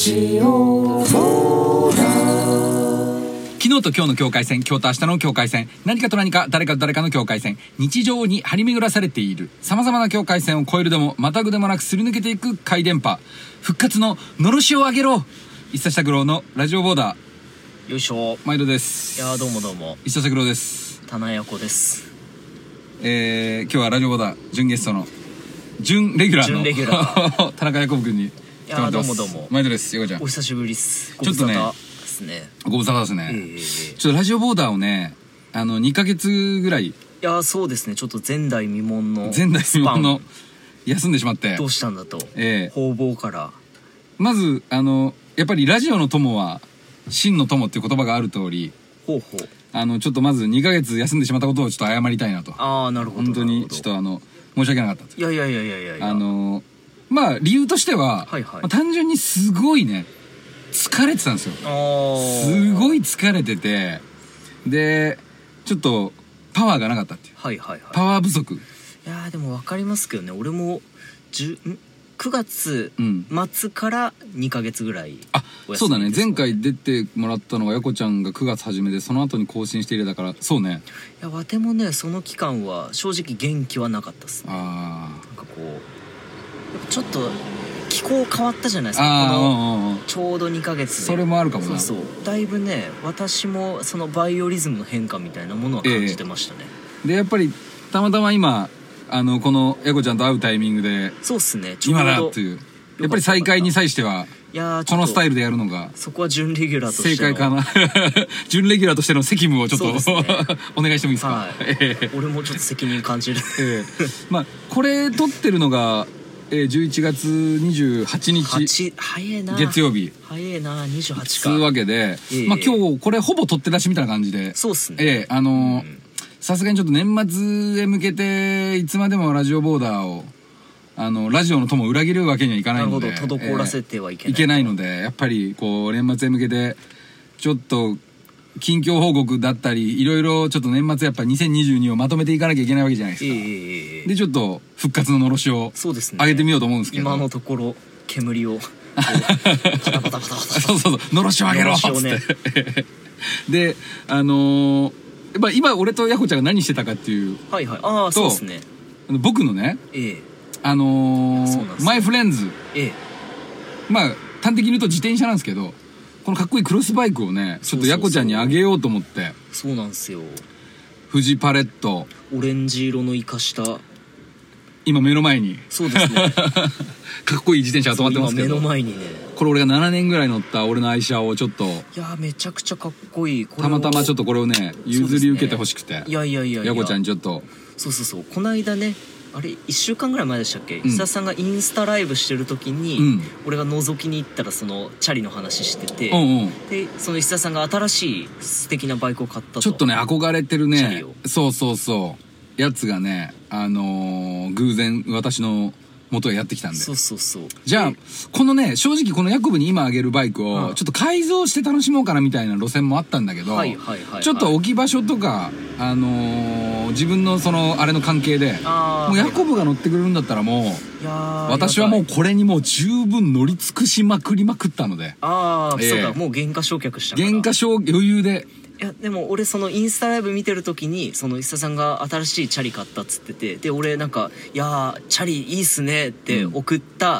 ジオフォーラ昨日と今日の境界線、今日と明日の境界線、何かと何か、誰かと誰かの境界線、日常に張り巡らされている様々な境界線を越えるでもまたぐでもなくすり抜けていく回電波、復活ののろしを上げろ。一茶拓郎のラジオボーダー。 よいしょ。 毎度です。 いやどうもどうも。 一茶拓郎です。 棚屋子です。 今日はラジオボーダー準ゲストの準レギュラーの田中ヤコブ君に来てもらってます。 いやどうもどうも。 毎度です。ヤコちゃん。 お久しぶりです。 ちょっとねですね。 ご無沙汰ですね。ちょっとラジオボーダーをね、2ヶ月ぐらい。 いやそうですね。ちょっと前代未聞の休んでしまって。 どうしたんだと。方々から。 まずやっぱりラジオの友は真の友っていう言葉がある通り。 ほうほう。 ちょっとまず2ヶ月休んでしまったことをちょっと謝りたいなと。 ああなるほど。 本当にちょっと申し訳なかったと。 いやまあ理由としては、 はいはい、 単純にすごいね疲れてたんですよ。すごい疲れてて、でちょっとパワーがなかったっていう、 はいはいはい、 パワー不足。いやでも分かりますけどね。俺も9月末から2ヶ月ぐらい、 そうだね。前回出てもらったのがやこちゃんが9月初めで、その後に更新しているだから。そうね。 いやわてもねその期間は正直元気はなかったっすね。 なんかこうやっぱちょっと気候変わったじゃないですか。このちょうど2ヶ月で。 それもあるかもな。 そうだいぶね私もそのバイオリズムの変化みたいなものは感じてましたね。 でやっぱりたまたま今このやこちゃんと会うタイミングで、 そうっすね、 今だっていう、やっぱり再会に際してはこのスタイルでやるのがそこは準レギュラーとして正解かな準レギュラーとしての責務をちょっと、お願いしてもいいですか。 はい、俺もちょっと責任感じるまあこれ撮ってるのが11月28日早いな、 月曜日。 早いな、28か。 つうわけで、まあ今日これほぼ撮って出しみたいな感じで。 そうっすね。 さすがにちょっと年末へ向けていつまでもラジオボーダーをラジオの友を裏切るわけにはいかないので。 なるほど、滞らせてはいけない、 いけないので、やっぱりこう年末へ向けてちょっと近況報告だったりいろいろちょっと年末やっぱ2022をまとめていかなきゃいけないわけじゃないですか。でちょっと復活ののろしを上げてみようと思うんですけど、 今のところ煙をパタパタパタパタそうのろしを上げろっつって、で今俺とヤコちゃんが何してたかっていうと、 そうですね、 僕のね、マイフレンズ、まあ端的に言うと自転車なんですけど、このかっこいいクロスバイクをねちょっとヤコちゃんにあげようと思って。 そうなんですよ。 富士パレットオレンジ色の生かした今目の前に。 そうですねかっこいい自転車が止まってますけど、 今目の前にね、 これ俺が7年ぐらい乗った俺の愛車をちょっと、 いやめちゃくちゃかっこいい。 たまたまちょっとこれをね譲り受けてほしくて、 いやヤコちゃんにちょっと。 そうこの間ね、あれ1週間ぐらい前でしたっけ、久田さんがインスタライブしてる時に、俺が覗きに行ったらそのチャリの話してて、でその久田さんが新しい素敵なバイクを買ったと。 ちょっとね憧れてるね、そうやつがね偶然私の元へやってきたんで。 そうじゃあこのね、正直このヤコブに今あげるバイクをちょっと改造して楽しもうかなみたいな路線もあったんだけど、ちょっと置き場所とか自分のそのあれの関係で、もうヤコブが乗ってくれるんだったらもう私はもうこれにもう十分乗り尽くしまくりまくったので。 そうか、もう原価償却したから。 余裕で。 いやでも俺そのインスタライブ見てる時にその石田さんが新しいチャリ買ったっつってて、で俺なんか「いやチャリいいっすね」って送った、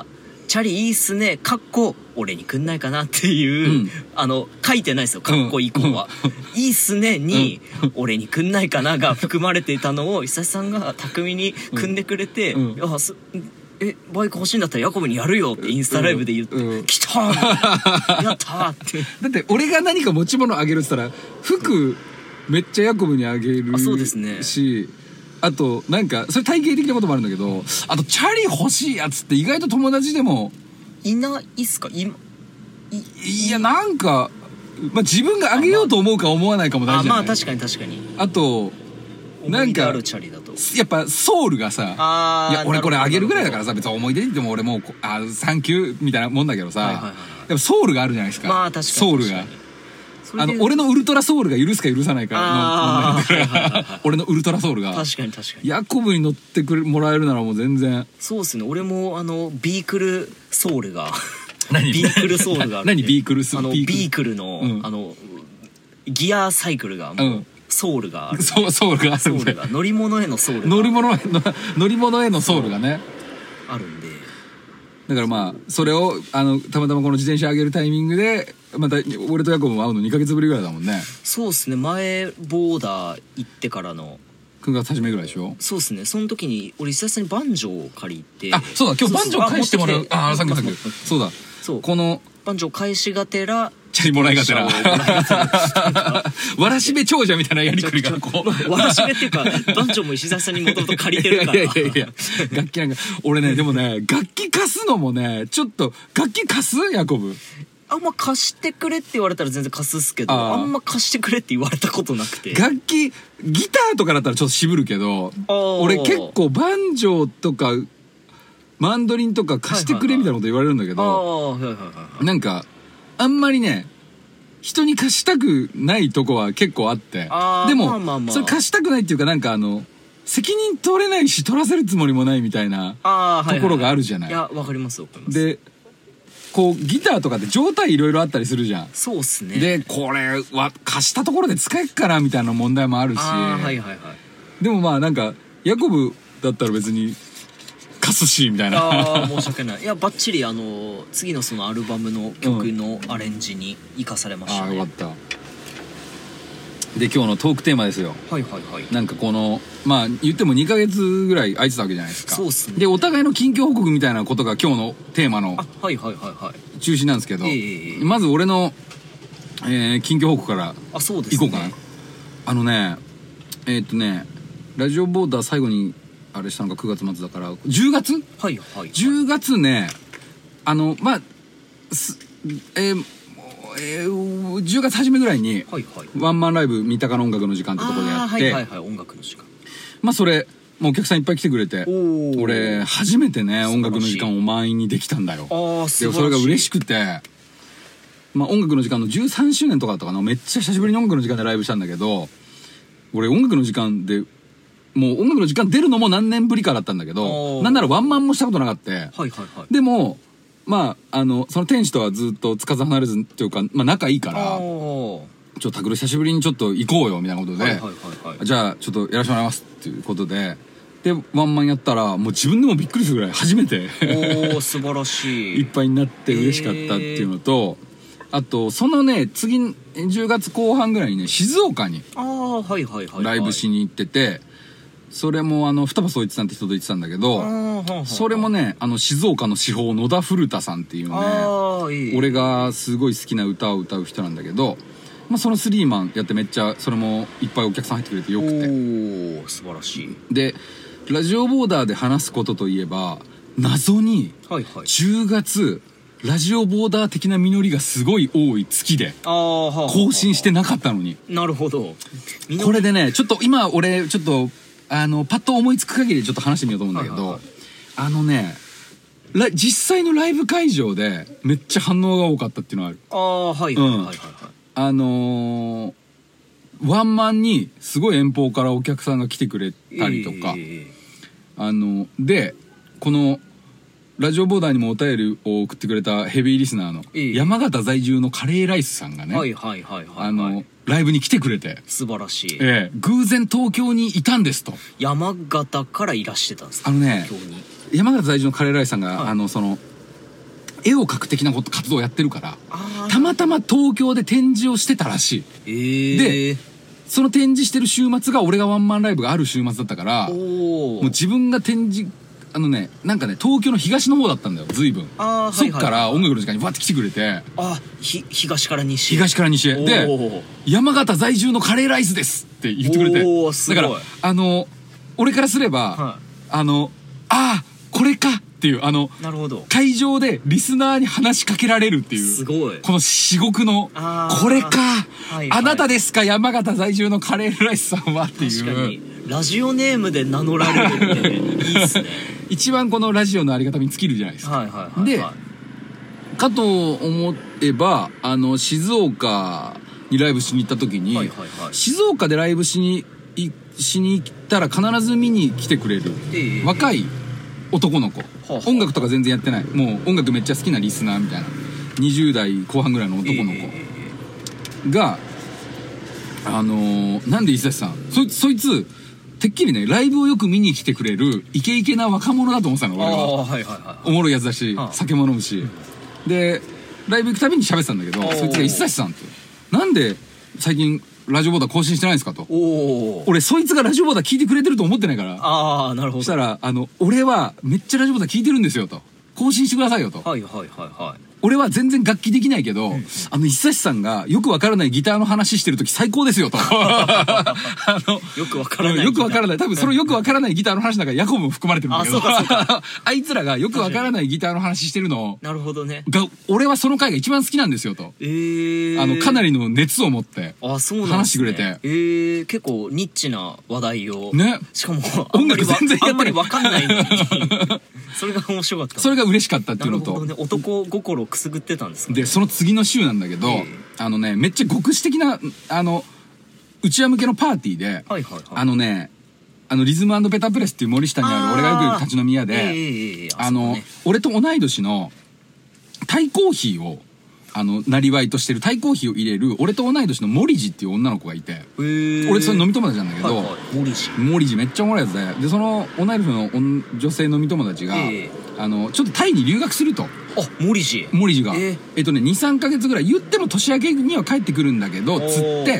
チャリいいっすねかっこ俺にくんないかなっていう、書いてないですよ、かっこいい子は。いいっすねに俺にくんないかなが含まれていたのを石田さんが巧みに組んでくれて、バイク欲しいんだったらヤコブにやるよってインスタライブで言って、来たーやったーって。 だって俺が何か持ち物あげるって言ったら服めっちゃヤコブにあげるし、 そうですね、 あとなんかそれ体系的なこともあるんだけど、あとチャリ欲しいやつって意外と友達でもいないっすか。いやなんか、自分があげようと思うか思わないかも大事じゃない。 確かにあとなんかやっぱソウルがさ、いや俺これあげるぐらいだからさ、別に思い出に言っても俺もうサンキューみたいなもんだけどさ、やっぱソウルがあるじゃないですか。 確かにソウルが俺のウルトラソウルが許すか許さないかの問題だから、俺のウルトラソウルが確かにヤコブに乗ってもらえるならもう全然。 そうですね、俺もビークルソウルが何ビークルソールがある何ビークルビークルの、ギアサイクルがもう、ソウルがある。 ソウルがあるんで。 乗り物へのソウルが。 乗り物へのソウルがね。 あるんで。 だからまあ、それを、たまたまこの自転車上げるタイミングで、また、俺とヤコブも会うの2ヶ月ぶりぐらいだもんね。 そうですね。前、ボーダー行ってからの。 9月初めぐらいでしょ。 そうですね。その時に、俺、久々にバンジョーを借りて。 あ、そうだ、今日バンジョー返してもらう。さっき。そうだ。 そう。 この、 バンジョー返しがてら、 チャリもらいがてら。わらしべ長者みたいなやりくりがこう。 わらしべっていうか、バンジョーも石田さんにもともと借りてるから。 いや。楽器なんか、俺ね、でもね、楽器貸すのもね、ちょっと、楽器貸すヤコブ。 あんま貸してくれって言われたら全然貸すっすけど、あんま貸してくれって言われたことなくて。 楽器、ギターとかだったらちょっと渋るけど、俺結構バンジョーとか、マンドリンとか貸してくれみたいなこと言われるんだけど、なんか、あんまりね、人に貸したくないとこは結構あって、でも、それ貸したくないっていうかなんか責任取れないし取らせるつもりもないみたいなところがあるじゃない。 いや、わかりますわかります。 で、こうギターとかって状態いろいろあったりするじゃん。 そうっすね。 で、これは貸したところで使えっかなみたいな問題もあるし、でもまあなんかヤコブだったら別に貸すしみたいな。 申し訳ない。いや、バッチリ次のそのアルバムの曲のアレンジに生かされましたね。 よかった。で、今日のトークテーマですよ。なんかこの、まあ言っても2ヶ月ぐらい空いてたわけじゃないですか。 そうっすね。 で、お互いの近況報告みたいなことが今日のテーマの中心なんですけど、まず俺の、近況報告からいこうかな。ラジオボーダー最後にあれしたのが9月末だから10月10月ね、まあ10月初めぐらいにワンマンライブ三鷹の音楽の時間ってとこでやって、 音楽の時間、 まあそれもうお客さんいっぱい来てくれて、俺初めてね音楽の時間を満員にできたんだよ。でそれが嬉しくて、まあ音楽の時間の13周年とかだったかな、めっちゃ久しぶりに音楽の時間でライブしたんだけど、俺音楽の時間でもう音楽の時間出るのも何年ぶりかだったんだけど、なんならワンマンもしたことなかった。でもまあその天使とはずっとつかず離れずっていうか、まあ仲いいから、ちょっとタクル久しぶりにちょっと行こうよみたいなことで、じゃあちょっとやらせてもらいますっていうことで、でワンマンやったらもう自分でもびっくりするぐらい初めて素晴らしいいっぱいになって嬉しかったっていうのと、あとそのね次10月後半ぐらいにね静岡にライブしに行ってて、それも双葉総一さんって人と言ってたんだけど、それもね静岡の至宝野田古田さんっていうね、俺がすごい好きな歌を歌う人なんだけど、まあ、そのスリーマンやってめっちゃそれもいっぱいお客さん入ってくれてよくて、 素晴らしい。 でラジオボーダーで話すことといえば、謎に10月ラジオボーダー的な実りがすごい多い月で更新してなかったのに。 なるほど。 これでねちょっと今俺ちょっとパッと思いつく限りちょっと話してみようと思うんだけど、実際のライブ会場でめっちゃ反応が多かったっていうのはある。ワンマンにすごい遠方からお客さんが来てくれたりとか、でこのラジオボーダーにもお便りを送ってくれたヘビーリスナーの山形在住のカレーライスさんがねライブに来てくれて、 素晴らしい。 偶然東京にいたんですと。 山形からいらしてたんですか。 山形在住のカレーライスさんが、その絵を描く的な活動をやってるから、たまたま東京で展示をしてたらしい。でその展示してる週末が俺がワンマンライブがある週末だったから、もう自分が展示なんかね東京の東の方だったんだよ随分。そっから音楽の時間にバッて来てくれて、 東から西へで山形在住のカレーライスですって言ってくれて、だから俺からすれば、これかっていう、 なるほど、 会場でリスナーに話しかけられるっていう、 すごいこの至極のこれか、あなたですか山形在住のカレーライスさんはっていう。 確かにラジオネームで名乗られるっていいっすね。 一番このラジオのありがたみに尽きるじゃないですか。でかと思えば静岡にライブしに行った時に、静岡でライブしに行ったら必ず見に来てくれる若い男の子、音楽とか全然やってない、もう音楽めっちゃ好きなリスナーみたいな20代後半ぐらいの男の子が、なんで伊勢さんそいつてっきりねライブをよく見に来てくれるイケイケな若者だと思ってたの俺は。おもろいやつだし酒も飲むし、でライブ行くたびに喋ってたんだけど、そいつが伊勢さんってなんで最近ラジオボーダー更新してないんですかと。俺そいつがラジオボーダー聞いてくれてると思ってないから。 ああなるほど。 そしたら俺はめっちゃラジオボーダー聞いてるんですよと、更新してくださいよと。俺は全然楽器できないけど、伊勢さんがよくわからないギターの話してる時最高ですよと。よくわからない。 多分そのよくわからないギターの話の中にヤコブも含まれてるんだけど、あいつらがよくわからないギターの話してるのなるほどね。 俺はその回が一番好きなんですよと。かなりの熱を持って話してくれて。 結構ニッチな話題を。 ね。 しかも音楽全然やってない。 あんまりわかんないのに。それが面白かった。 それが嬉しかったっていうのと。 なるほどね。男心をくすぐってたんですかね。 でその次の週なんだけど、めっちゃ極視的なうちわ向けのパーティーで、リズム&ペタプレスっていう森下にある俺がよく行く立ち飲み屋で、俺と同い年のタイコーヒーをなりわいとしてるタイコーヒーを入れる俺と同い年のモリジっていう女の子がいて、俺それ飲み友達なんだけど、モリジめっちゃおもろいやつでその同い年の女性飲み友達が、ちょっとタイに留学すると。 モリジが2,3 ヶ月ぐらい言っても年明けには帰ってくるんだけどつって、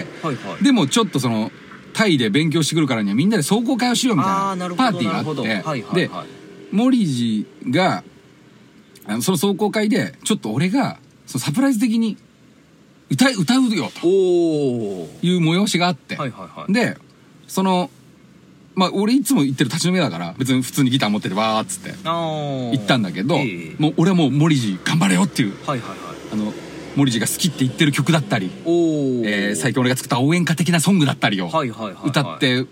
でもちょっとそのタイで勉強してくるからにはみんなで壮行会をしようみたいなパーティーがあって、でモリジがその壮行会でちょっと俺がそのサプライズ的に歌うよという催しがあって、でその俺いつも行ってる立ち飲みだから別に普通にギター持っててわーっつって行ったんだけど、もう俺はもうモリジ頑張れよっていう、モリジが好きって言ってる曲だったり、最近俺が作った応援歌的なソングだったりを歌って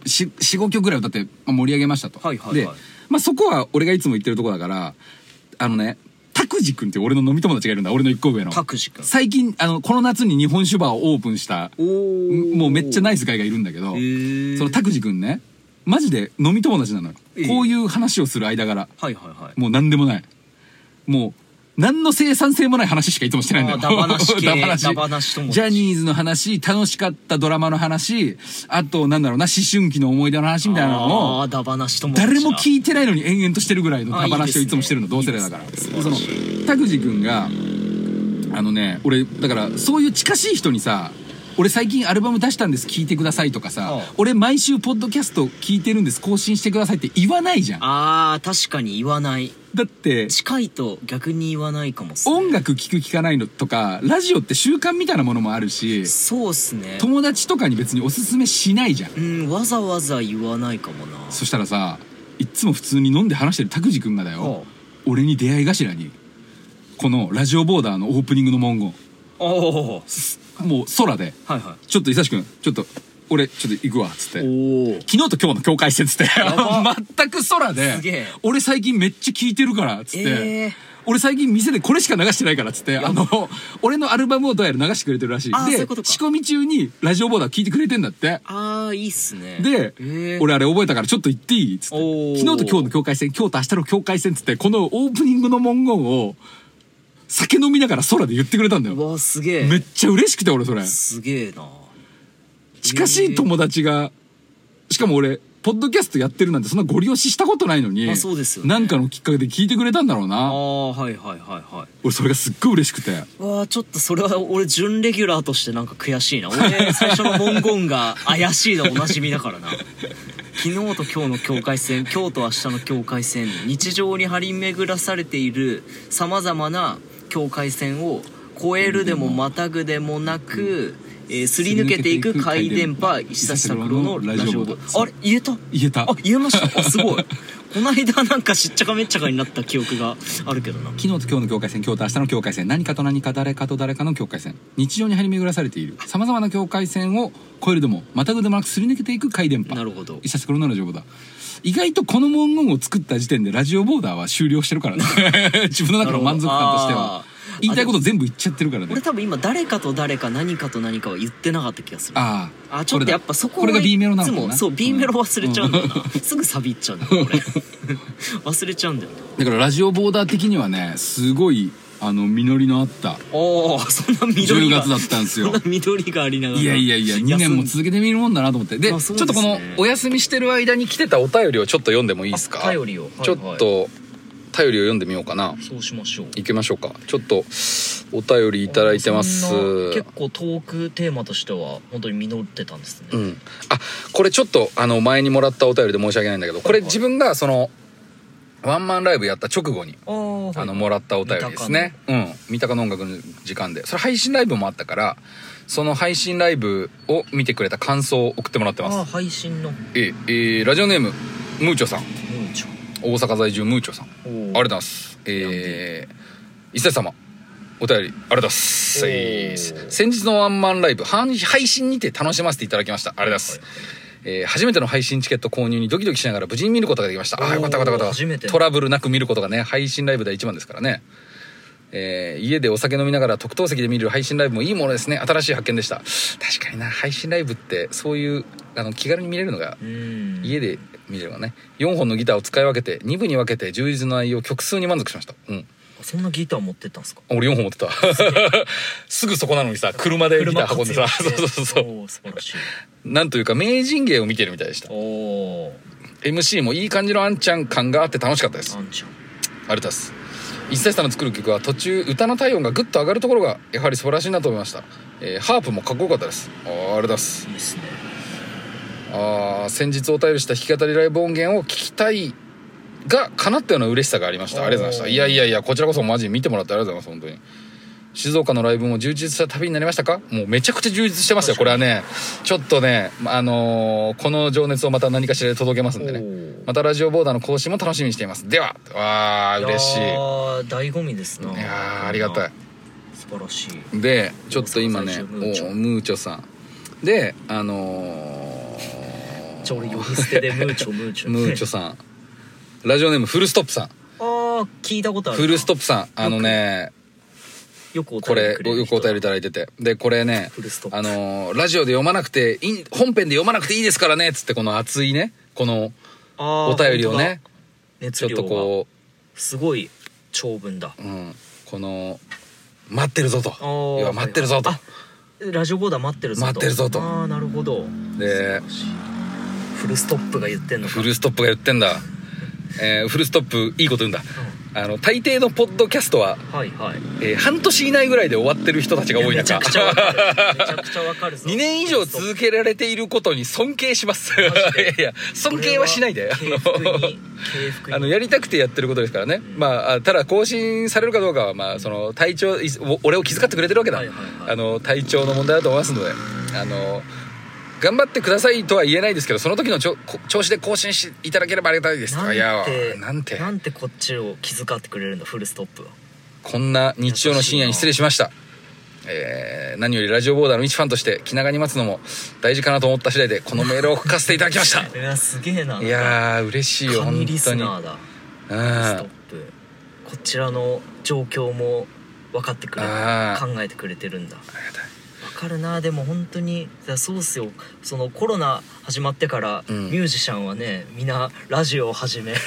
45曲ぐらい歌って盛り上げましたと。でそこは俺がいつも行ってるとこだから、拓司君って俺の飲み友達がいるんだ、俺の1個上の。 拓司君最近この夏に日本酒バーをオープンしたもうめっちゃナイスガイがいるんだけど、その拓司君ねマジで飲み友達なのよ。こういう話をする間柄もう何でもない、もう何の生産性もない話しかいつもしてないんだよ。 ダバなしジャニーズの話、楽しかったドラマの話、あとなんだろうな、思春期の思い出の話みたいなのを誰も聞いてないのに延々としてるぐらいのダバなしをいつもしてるの、同世代だから。その拓司君が俺だからそういう近しい人にさ、俺最近アルバム出したんです聞いてくださいとかさ、俺毎週ポッドキャスト聞いてるんです更新してくださいって言わないじゃん。 確かに言わない。だって近いと逆に言わないかもっすね。 音楽聴く聴かないのとかラジオって習慣みたいなものもあるし、 そうっすね。 友達とかに別におすすめしないじゃん。 わざわざ言わないかもな。 そしたらさ、いっつも普通に飲んで話してる拓司君がだよ、俺に出会い頭にこのラジオボーダーのオープニングの文言もう空で、ちょっと伊佐君ちょっと俺ちょっと行くわっつって、昨日と今日の境界線っつって全く空で、俺最近めっちゃ聞いてるからっつって、俺最近店でこれしか流してないからっつって、俺のアルバムをどうやら流してくれてるらしい。で仕込み中にラジオボーダー聞いてくれてんだって。 いいっすね。 で俺あれ覚えたからちょっと言っていいっつって、昨日と今日の境界線、今日と明日の境界線っつって、このオープニングの文言を酒飲みながら空で言ってくれたんだよ。 わすげえ。 めっちゃ嬉しくて、俺それすげえな。 近しい友達が、しかも俺ポッドキャストやってるなんてそんなご利用ししたことないのに、 そうですよね、 なんかのきっかけで聞いてくれたんだろうな。俺それがすっごい嬉しくて、 ちょっとそれは俺準レギュラーとしてなんか悔しいな。俺最初の文言が怪しいのおなじみだからな。昨日と今日の境界線、今日と明日の境界線、日常に張り巡らされているさまざまな境界線を越えるでもまたぐでもなく、すり抜けていく回電波、石崎拓郎のラジオ。あれ言えた言えました。すごい。この間なんかしっちゃかめっちゃかになった記憶があるけどな。 昨日と今日の境界線、今日と明日の境界線、何かと何か、誰かと誰かの境界線、日常に張り巡らされているさまざまな境界線を越えるでもまたぐでもなくすり抜けていく回電波。 なるほど。 石崎拓郎のラジオボーダー。意外とこの文言を作った時点でラジオボーダーは終了してるからね。自分の中の満足感としては。言いたいこと全部言っちゃってるからね。 俺多分今誰かと誰か何かと何かは言ってなかった気がする。ちょっとやっぱそここれが B メロなのかな。 そう B メロ忘れちゃうんだよな。すぐサビっちゃうんだよ俺。 忘れちゃうんだよ。 だからラジオボーダー的にはねすごい実りのあったそんな緑が 10月だったんですよ。 そんな緑がありながら、 いや2年も続けてみるもんだなと思って。で、ちょっとこのお休みしてる間に来てたお便りをちょっと読んでもいいですか？ 頼りを、 ちょっと頼りを読んでみようかな。 そうしましょう。 行きましょうか。ちょっとお便りいただいてます。 結構トークテーマとしては本当に実ってたんですね。 これちょっと前にもらったお便りで申し訳ないんだけど、これ自分がそのワンマンライブやった直後にもらったお便りですね。三鷹の音楽の時間で、それ配信ライブもあったから、その配信ライブを見てくれた感想を送ってもらってます。 配信のラジオネームムーチョさん、大阪在住ムーチョさん、ありがとうございます。伊勢様お便りありがとうございます。先日のワンマンライブ配信にて楽しませていただきました。ありがとうございます。初めての配信チケット購入にドキドキしながら無事に見ることができました。よかったよかった。トラブルなく見ることがね、配信ライブで一番ですからね。家でお酒飲みながら特等席で見る配信ライブもいいものですね。新しい発見でした。確かにな、配信ライブってそういう気軽に見れるのが家で見れるのね。4本のギターを使い分けて2部に分けて充実の内容、曲数に満足しました。 そんなギター持ってったんですか？ 俺4本持ってた。すぐそこなのにさ、車でギター運んでさ、そう素晴らしい。 なんというか名人芸を見てるみたいでした。MC もいい感じのあんちゃん感があって楽しかったです。あんちゃん、ありがとうございます。一切さんの作る曲は途中歌の体温がグッと上がるところがやはり素晴らしいなと思いました。ハープもかっこよかったです。ありがとうございます。いいですね。先日お便りした弾き語りライブ音源を聞きたいが叶ったような嬉しさがありました。ありがとうございました。いやこちらこそマジで見てもらってありがとうございます。本当に静岡のライブも充実した旅になりましたか？もうめちゃくちゃ充実してますよ。これはねちょっとねこの情熱をまた何かしらで届けますんでね。またラジオボーダーの更新も楽しみにしています。では嬉しい。 醍醐味ですな。 いやありがたい。 素晴らしい。 でちょっと今ねムーチョさんで俺呼び捨てでムーチョさんラジオネームフルストップさん。 聞いたことある。 フルストップさんよくお便りいただいてて、でこれねラジオで読まなくて本編で読まなくていいですからねっつって、この熱いねこのお便りをねちょっとこうすごい長文だ。 この待ってるぞと、要は待ってるぞと、 ラジオボーダー待ってるぞと。なるほど。 でフルストップが言ってんのか。 フルストップが言ってんだ。フルストップいいこと言うんだ。大抵のポッドキャストは、半年以内ぐらいで終わってる人たちが多い中、 めちゃくちゃわかるぞ。 2年以上続けられていることに尊敬します。いや尊敬はしないで、やりたくてやってることですからね。ただ更新されるかどうかはその体調、俺を気遣ってくれてるわけだ。体調の問題だと思いますので、頑張ってくださいとは言えないですけど、その時の調子で更新していただければありがたいです。なんてこっちを気遣ってくれるんだ。フルストップはこんな日曜の深夜に失礼しました。何よりラジオボーダーの一ファンとして気長に待つのも大事かなと思った次第でこのメールを書かせていただきました。 いやすげえな。 いや嬉しいよ本当に。神リスナーだ。 フルストップ、こちらの状況も分かってくれる、考えてくれてるんだ。ありがたい。分かるな。でも本当にそうっすよ。そのコロナ始まってから、ミュージシャンはねみんなラジオを始め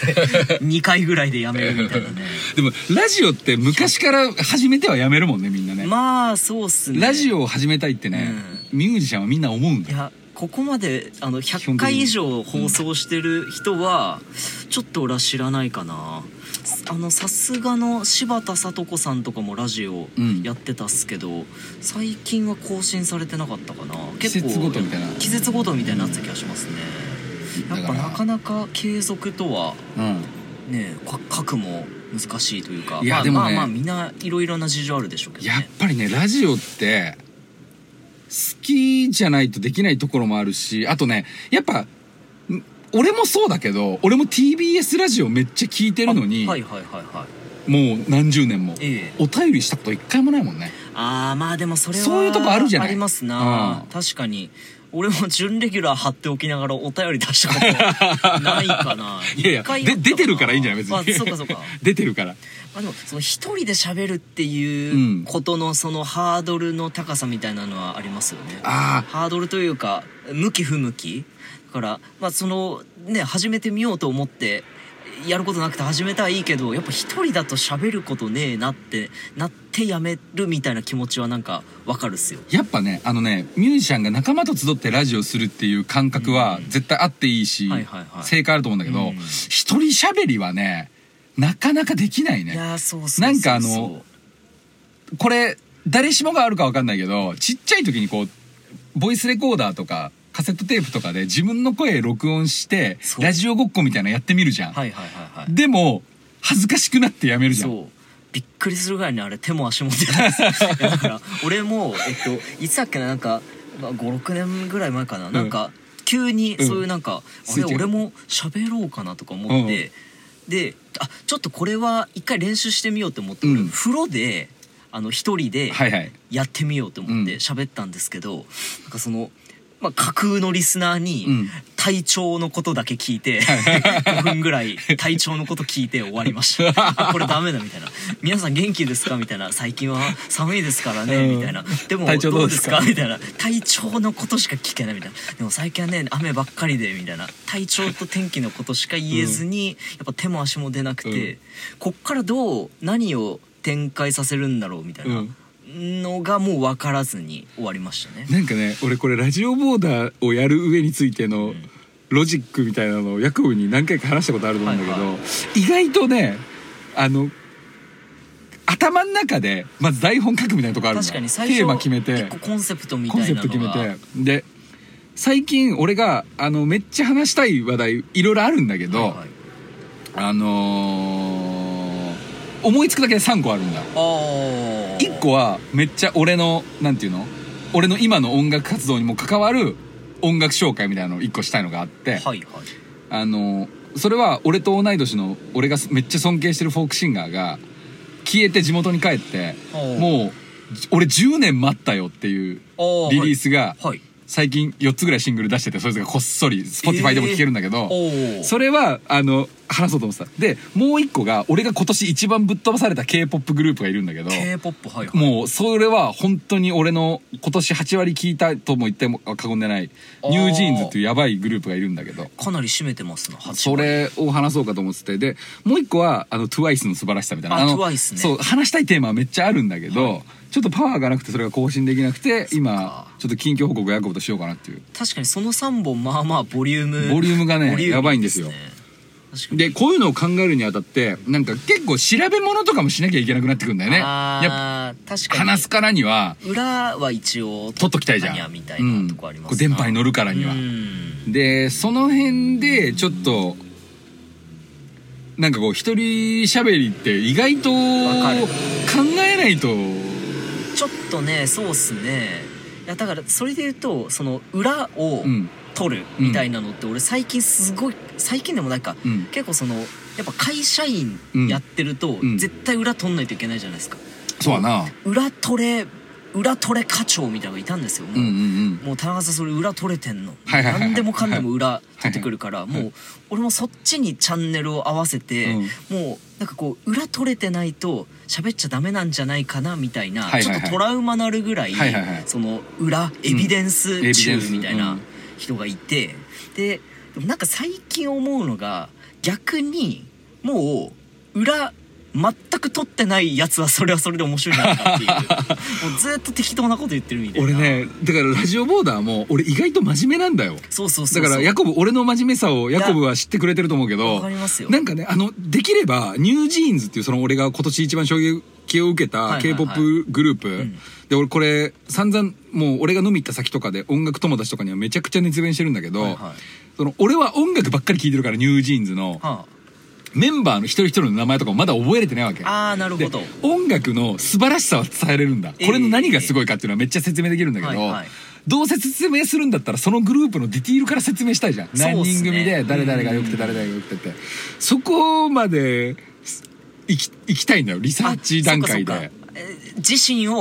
2回ぐらいでやめるみたいなね。 でもラジオって昔から始めてはやめるもんね、みんなね。 そうっすね。 ラジオを始めたいってね、ミュージシャンはみんな思うんだよ。 いやここまで100回以上放送してる人はちょっと俺は知らないかな。さすがの柴田聡子さんとかもラジオやってたっすけど、最近は更新されてなかったかな。 結構季節ごとみたいなやつ気がしますね。やっぱなかなか継続とはね書くも難しいというか。いやでもね、みんないろいろな事情あるでしょうけどね。 やっぱりねラジオって好きじゃないとできないところもあるし、あとねやっぱ俺もそうだけど、俺も TBS ラジオめっちゃ聞いてるのに、もう何十年も、お便りしたこと一回もないもんね。 でもそれはそういうとこあるじゃない。 ありますな、確かに。俺も準レギュラー貼っておきながらお便り出したことないかな。 いや出てるからいいんじゃない別に。 そうか出てるから。 でもその一人で喋るっていうことのそのハードルの高さみたいなのはありますよね。ハードルというか向き不向きだから、そのね始めてみようと思ってやることなくて始めたらいいけど、やっぱ一人だと喋ることねえなってなってやめるみたいな気持ちはなんかわかるっすよ。 やっぱねミュージシャンが仲間と集ってラジオするっていう感覚は絶対あっていいし、正解あると思うんだけど、一人喋りはねなかなかできないね。 いやそうそうそうそう。 なんかこれ誰しもがあるか分かんないけど、ちっちゃい時にこうボイスレコーダーとかカセットテープとかで自分の声録音してラジオごっこみたいなのやってみるじゃん。でも恥ずかしくなってやめるじゃん。 そうびっくりするぐらいにあれ手も足も出ないです。だから俺もいつだっけな、なんか5,6 年ぐらい前かな、なんか急にそういうなんか、あれ俺も喋ろうかなとか思って、でちょっとこれは一回練習してみようと思って、俺風呂で一人でやってみようと思って喋ったんですけど、なんかその架空のリスナーに体調のことだけ聞いて5分ぐらい体調のこと聞いて終わりました。これダメだみたいな。皆さん元気ですかみたいな。最近は寒いですからねみたいな。でもどうですかみたいな。体調のことしか聞けないみたいな。でも最近はね雨ばっかりでみたいな。体調と天気のことしか言えずに、やっぱ手も足も出なくて、こっから何を展開させるんだろうみたいなのがもう分からずに終わりましたね。 なんかね、俺これラジオボーダーをやる上についてのロジックみたいなのをヤコブに何回か話したことあると思うんだけど、意外とね頭の中でまず台本書くみたいなとこあるんだ。 確かに最初テーマ決めて一個コンセプトみたいなのが決めて、で最近俺がめっちゃ話したい話題いろいろあるんだけど、思いつくだけで3個あるんだ。1個はめっちゃ俺のなんていうの、俺の今の音楽活動にも関わる音楽紹介みたいなのを1個したいのがあって、それは俺と同い年の俺がめっちゃ尊敬してるフォークシンガーが消えて地元に帰って、もう俺10年待ったよっていうリリースが最近4つぐらいシングル出してて、それぞれこっそり Spotify でも聴けるんだけど、それは話そうと思ってた。でもう一個が俺が今年一番ぶっ飛ばされた K-POP グループがいるんだけど、もうそれは本当に俺の今年8割聴いたとも言っても過言でないニュージーンズっていうやばいグループがいるんだけど、 かなり占めてますな。 それを話そうかと思ってて、でもう一個はTWICE の素晴らしさみたいな、 TWICE ね、 そう話したいテーマはめっちゃあるんだけど、ちょっとパワーがなくてそれが更新できなくて、今ちょっと近況報告をヤコブとしようかなっていう。 確かにその3本まあまあボリュームがねやばいんですよ。でこういうのを考えるにあたってなんか結構調べ物とかもしなきゃいけなくなってくるんだよね。やっぱ確かに話すからには裏は一応取っときたいじゃんみたいなとこあります。 電波に乗るからには。でその辺でちょっとなんかこう一人喋りって意外と考えないとちょっとね、そうっすね。いやだからそれで言うとその裏を取るみたいなのって俺最近すごい、最近でもないか、結構そのやっぱ会社員やってると絶対裏取んないといけないじゃないですか。 そうだな。 裏取れ課長みたいなのがいたんですよ。もう田中さんそれ裏取れてんの、何でもかんでも裏取ってくるから、もう俺もそっちにチャンネルを合わせて、もうなんかこう裏取れてないと喋っちゃダメなんじゃないかなみたいな、ちょっとトラウマなるぐらいその裏エビデンス中みたいな人がいて、でもなんか最近思うのが逆にもう裏全く撮ってないやつはそれはそれで面白いなっていうもうずっと適当なこと言ってるみたいな。俺ねだからラジオボーダーも俺意外と真面目なんだよ。だからヤコブ俺の真面目さをヤコブは知ってくれてると思うけど、なんかねできればニュージーンズっていうその俺が今年一番衝撃を受けた K-POP グループで、俺これ散々もう俺が飲み行った先とかで音楽友達とかにはめちゃくちゃ熱弁してるんだけど、その俺は音楽ばっかり聴いてるからニュージーンズのメンバーの一人一人の名前とかもまだ覚えれてないわけ。 なるほど。 音楽の素晴らしさは伝えれるんだ、これの何がすごいかっていうのはめっちゃ説明できるんだけど、どうせ説明するんだったらそのグループのディティールから説明したいじゃん。何人組で誰々が良くて誰々が良くてって、そこまで行きたいんだよリサーチ段階で。 自身を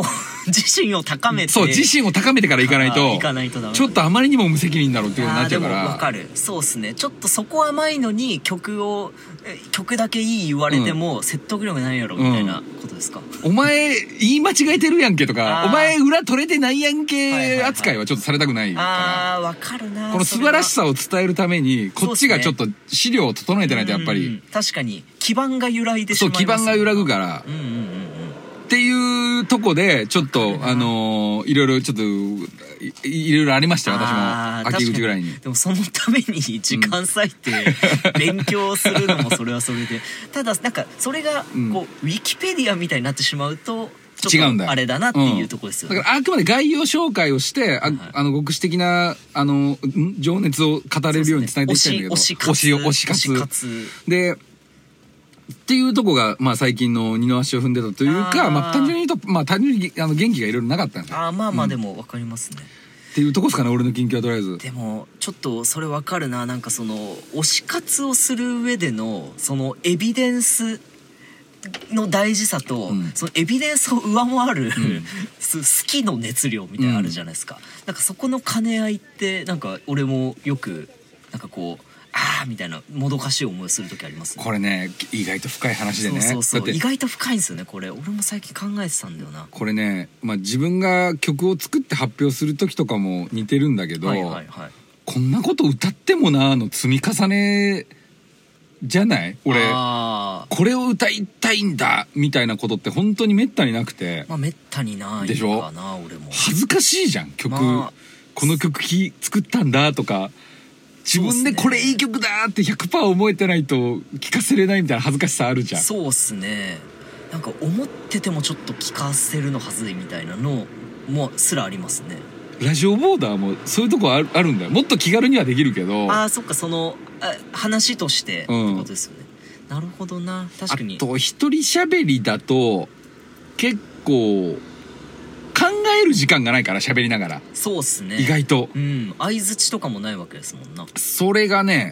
自身を高めて、 そう自身を高めてからいかないとダメ。 ちょっとあまりにも無責任だろうっていうことになっちゃうから。 でも分かる。そうっすね。ちょっとそこ甘いのに曲だけいい言われても説得力ないやろみたいなことですか。 お前言い間違えてるやんけとか、お前裏取れてないやんけ扱いはちょっとされたくないから。 分かるな。 この素晴らしさを伝えるためにこっちがちょっと資料を整えてないとやっぱり、 確かに基盤が揺らいでしまいます。 そう基盤が揺らぐから、っていうとこでちょっといろいろちょっといろいろありましたよ、私も秋口ぐらいに。 でもそのために時間割いて勉強するのもそれはそれで、ただなんかそれがこうウィキペディアみたいになってしまうとちょっとあれだなっていうところですよね。 だからあくまで概要紹介をして極視的な情熱を語れるように伝えていきたいんだけど、推し活でっていうとこがまあ最近の二の足を踏んでたというか、まあ単純に言うと単純に元気がいろいろなかったんですよ。 まあでも分かりますね。 っていうとこですかね、俺の近況はとりあえず。 でもちょっとそれ分かるな。なんかその推し活をする上でのそのエビデンスの大事さと、そのエビデンスを上回る、好きの熱量みたいなのあるじゃないですか。なんかそこの兼ね合いってなんか俺もよくなんかこうみたいなもどかしい思いをする時ありますね。 これね意外と深い話でね。 そう意外と深いんですよねこれ。俺も最近考えてたんだよな。 これね、自分が曲を作って発表する時とかも似てるんだけど、こんなこと歌ってもなの積み重ねじゃない。俺これを歌いたいんだみたいなことって本当にめったになくて。 めったにないでしょ。 俺も恥ずかしいじゃん曲、この曲作ったんだとか。自分でこれいい曲だって 100% 思えてないと聞かせれないみたいな恥ずかしさあるじゃん。 そうっすね。なんか思っててもちょっと聞かせるのはずいみたいなのもすらありますね。ラジオボーダーもそういうとこあるんだよ。もっと気軽にはできるけど。 そっか、その話としてってことですよね。なるほどな。確かに。 あと一人喋りだと結構考える時間がないから、喋りながら。 そうっすね。 意外と。 相づちとかもないわけですもんな。 それがね、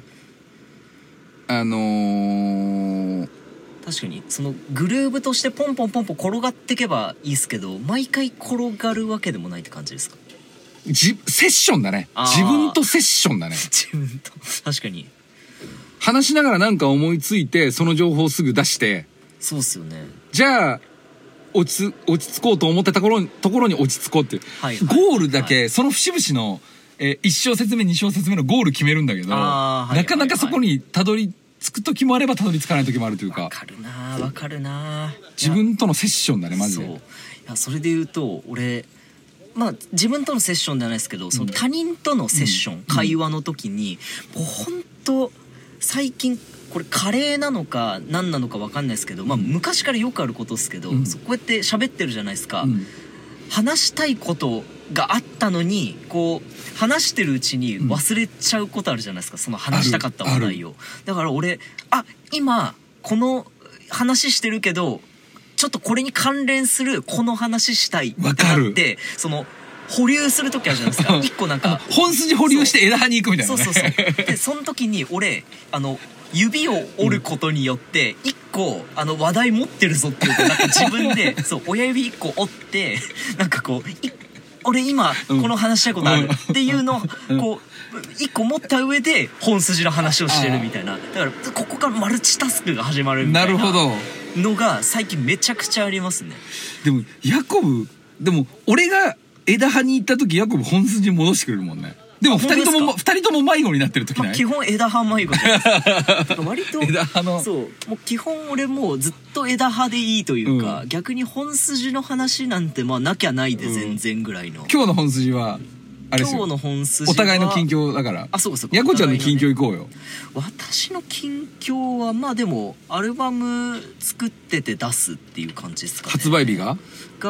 確かにそのグルーブとしてポンポンポンポン転がっていけばいいっすけど、毎回転がるわけでもないって感じですか。 セッションだね。自分とセッションだね。 自分と。確かに。 話しながらなんか思いついて、その情報をすぐ出して。 そうっすよね。 じゃあ、落ち着こうと思ったところに落ち着こうっていう、ゴールだけ、その節々の、1小節目2小節目のゴール決めるんだけど、なかなかそこにたどり着く時もあればたどり着かない時もあるというか。 わかるな。 自分とのセッションだね、マジで。 そう。いや、それで言うと俺自分とのセッションじゃないですけど、その他人とのセッション、会話の時にもうほんと最近これカレーなのか何なのか分かんないですけど、昔からよくあることですけど、こうやって喋ってるじゃないですか、話したいことがあったのにこう話してるうちに忘れちゃうことあるじゃないですか、その話したかった話題を。だから俺今この話してるけどちょっとこれに関連するこの話したいってなって、その保留する時あるじゃないですか。一個なんか本筋保留して枝葉に行くみたいなね。 そうでその時に俺指を折ることによって一個話題持ってるぞっていうか、なんか自分でそう親指一個折ってなんかこう俺今この話したいことあるっていうのをこう一個持った上で本筋の話をしてるみたいな。だからここからマルチタスクが始まるみたいなのが最近めちゃくちゃありますね。 でも俺が枝葉に行った時ヤコブ本筋に戻してくれるもんね。でも二人とも迷子になってる時ない？ 基本枝葉迷子じゃないですか。割と枝葉のもう基本俺もうずっと枝葉でいいというか、逆に本筋の話なんてなきゃないで全然ぐらいの。 今日の本筋はあれですよ。 今日の本筋はお互いの近況だから。 そうか。 ヤコちゃんの近況行こうよ。 私の近況はでもアルバム作ってて出すっていう感じですかね。 発売日が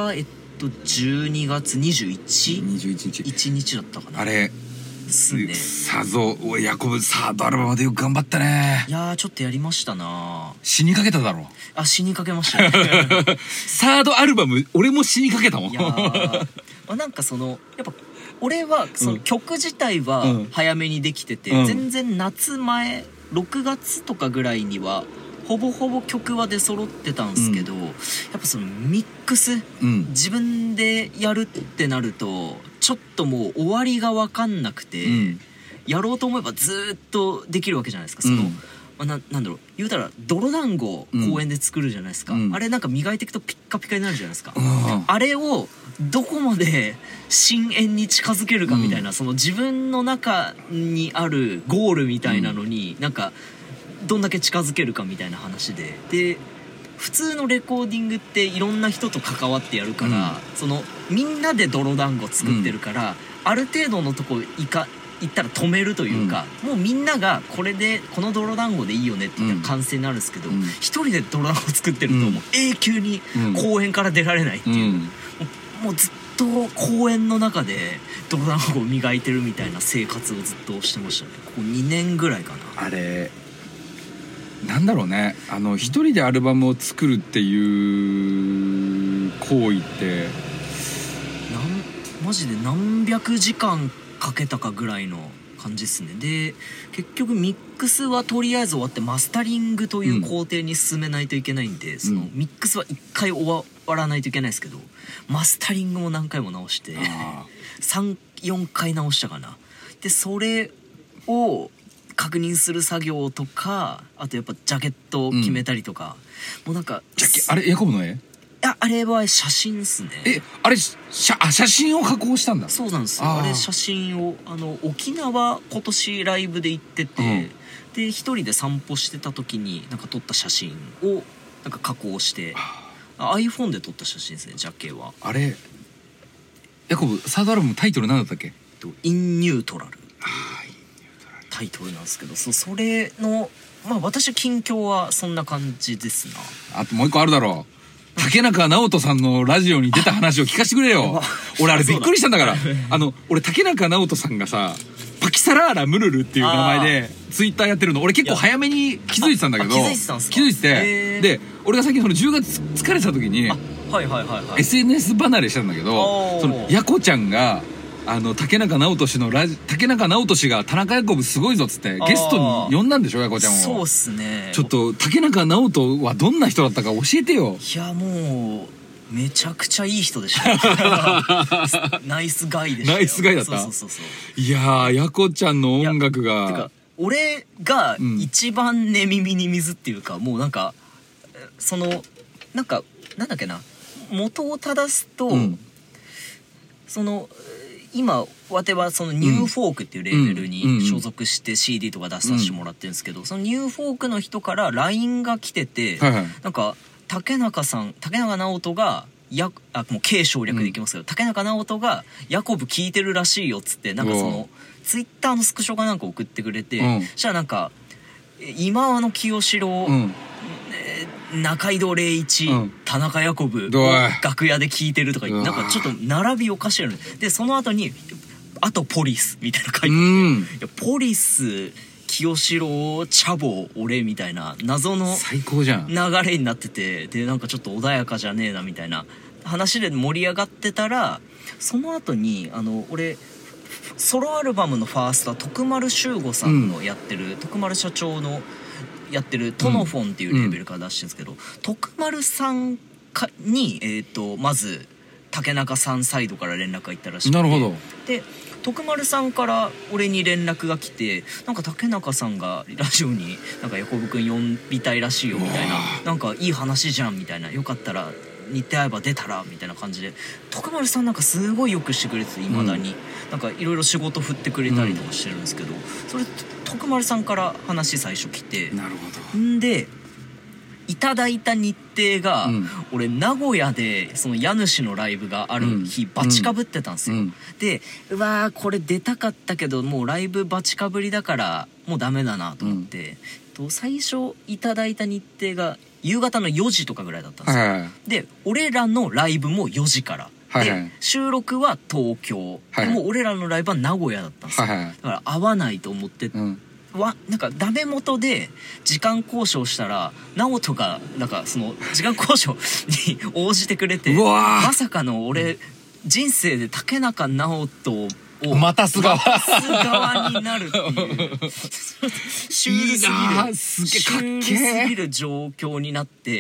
12月21日だったかな。 あれさぞヤコブサードアルバムでよく頑張ったね。 いやちょっとやりましたな。 死にかけただろ。 死にかけましたね。 サードアルバム俺も死にかけたもん。 なんかそのやっぱ俺はその曲自体は早めにできてて、全然夏前6月とかぐらいにはほぼほぼ曲は出揃ってたんですけど、やっぱそのミックス、自分でやるってなるとちょっともう終わりが分かんなくて、やろうと思えばずっとできるわけじゃないですか。その、なんだろう、言うたら泥団子を公園で作るじゃないですか、あれなんか磨いていくとピッカピカになるじゃないですか、あれをどこまで深淵に近づけるかみたいな、その自分の中にあるゴールみたいなのに、なんかどんだけ近づけるかみたいな話で普通のレコーディングっていろんな人と関わってやるから、そのみんなで泥団子作ってるから、ある程度のとこ行ったら止めるというか、もうみんながこれでこの泥団子でいいよねって言ったら完成になるんですけど、一人で泥団子作ってるともう永久に公園から出られないっていう、もうずっと公園の中で泥団子を磨いてるみたいな生活をずっとしてましたね。ここ2年ぐらいかな。 あれなんだろうね、一人でアルバムを作るっていう行為ってマジで何百時間かけたかぐらいの感じですね。で結局ミックスはとりあえず終わってマスタリングという工程に進めないといけないんで、そのミックスは1回終わらないといけないですけど、マスタリングも何回も直して3-4回直したかな。でそれを確認する作業とか、あとやっぱジャケットを決めたりとか、もうなんかあれヤコブの絵？ いや、あれは写真っすね。 あれ写真を加工したんだ。 そうなんですよ。あれ写真を沖縄今年ライブで行ってて、で一人で散歩してた時になんか撮った写真をなんか加工して、iPhone で撮った写真ですね、ジャケは。 あれヤコブサードアルバムタイトル何だったっけ？ インニュートラルタイトルなんですけど、それの私近況はそんな感じですな。 あともう一個あるだろう。竹中直人さんのラジオに出た話を聞かせてくれよ。俺あれびっくりしたんだから。俺竹中直人さんがさ、パキサラーラムルルっていう名前でツイッターやってるの俺結構早めに気づいてたんだけど、気づいてて、で俺が最近その10月疲れてた時に SNS 離れしたんだけど、そのヤコちゃんが竹中直人氏が田中ヤコブすごいぞっつってゲストに呼んだんでしょ、ヤコちゃんを。 そうっすね。 ちょっと竹中直人はどんな人だったか教えてよ。 いやもうめちゃくちゃいい人でしたナイスガイでしたよ。 ナイスガイだった。 そういやー、ヤコちゃんの音楽がてか俺が一番寝耳に水っていうか、もうなんかそのなんだっけな、元を正すと、その今わてはそのニューフォークっていうレーベルに所属して CD とか出させてもらってるんですけど、そのニューフォークの人から LINE が来てて、なんか竹中直人がもう K 省略でいきますけど、竹中直人がヤコブ聞いてるらしいよっつって、なんかそのツイッターのスクショかなんか送ってくれて、そしたらなんか今清志郎、中井戸礼一、田中ヤコブを楽屋で聞いてるとか言って、なんかちょっと並びおかしいので、その後にあとポリスみたいな書いてあって、いやポリス清志郎チャボ俺みたいな謎の最高じゃん流れになってて、でなんかちょっと穏やかじゃねえなみたいな話で盛り上がってたら、その後に俺ソロアルバムのファーストは徳丸修吾さんのやってる、徳丸社長のやってるトノフォンっていうレーベルから出してるんですけど、徳丸さんにまず竹中さんサイドから連絡がいったらしくて、 なるほど。 で徳丸さんから俺に連絡が来て、なんか竹中さんがラジオになんかヤコブくん呼びたいらしいよみたいな、なんかいい話じゃんみたいな、よかったら日程合えば出たらみたいな感じで、徳丸さんなんかすごいよくしてくれてて、未だになんかいろいろ仕事振ってくれたりとかしてるんですけど、それ徳丸さんから話最初来て、 なるほど。んでいただいた日程が、俺名古屋でその家主のライブがある日、バチかぶってたんですよ、でうわーこれ出たかったけどもうライブバチかぶりだからもうダメだなと思って、最初いただいた日程が夕方の4時とかぐらいだったんですよ、で俺らのライブも4時からで、収録は東京、でも俺らのライブは名古屋だったんですよ、だから合わないと思って、なんかダメ元で時間交渉したら直人がなんかその時間交渉に応じてくれて、まさかの俺人生で竹中直人をまたす側になるっていうシュールすぎる状況になって、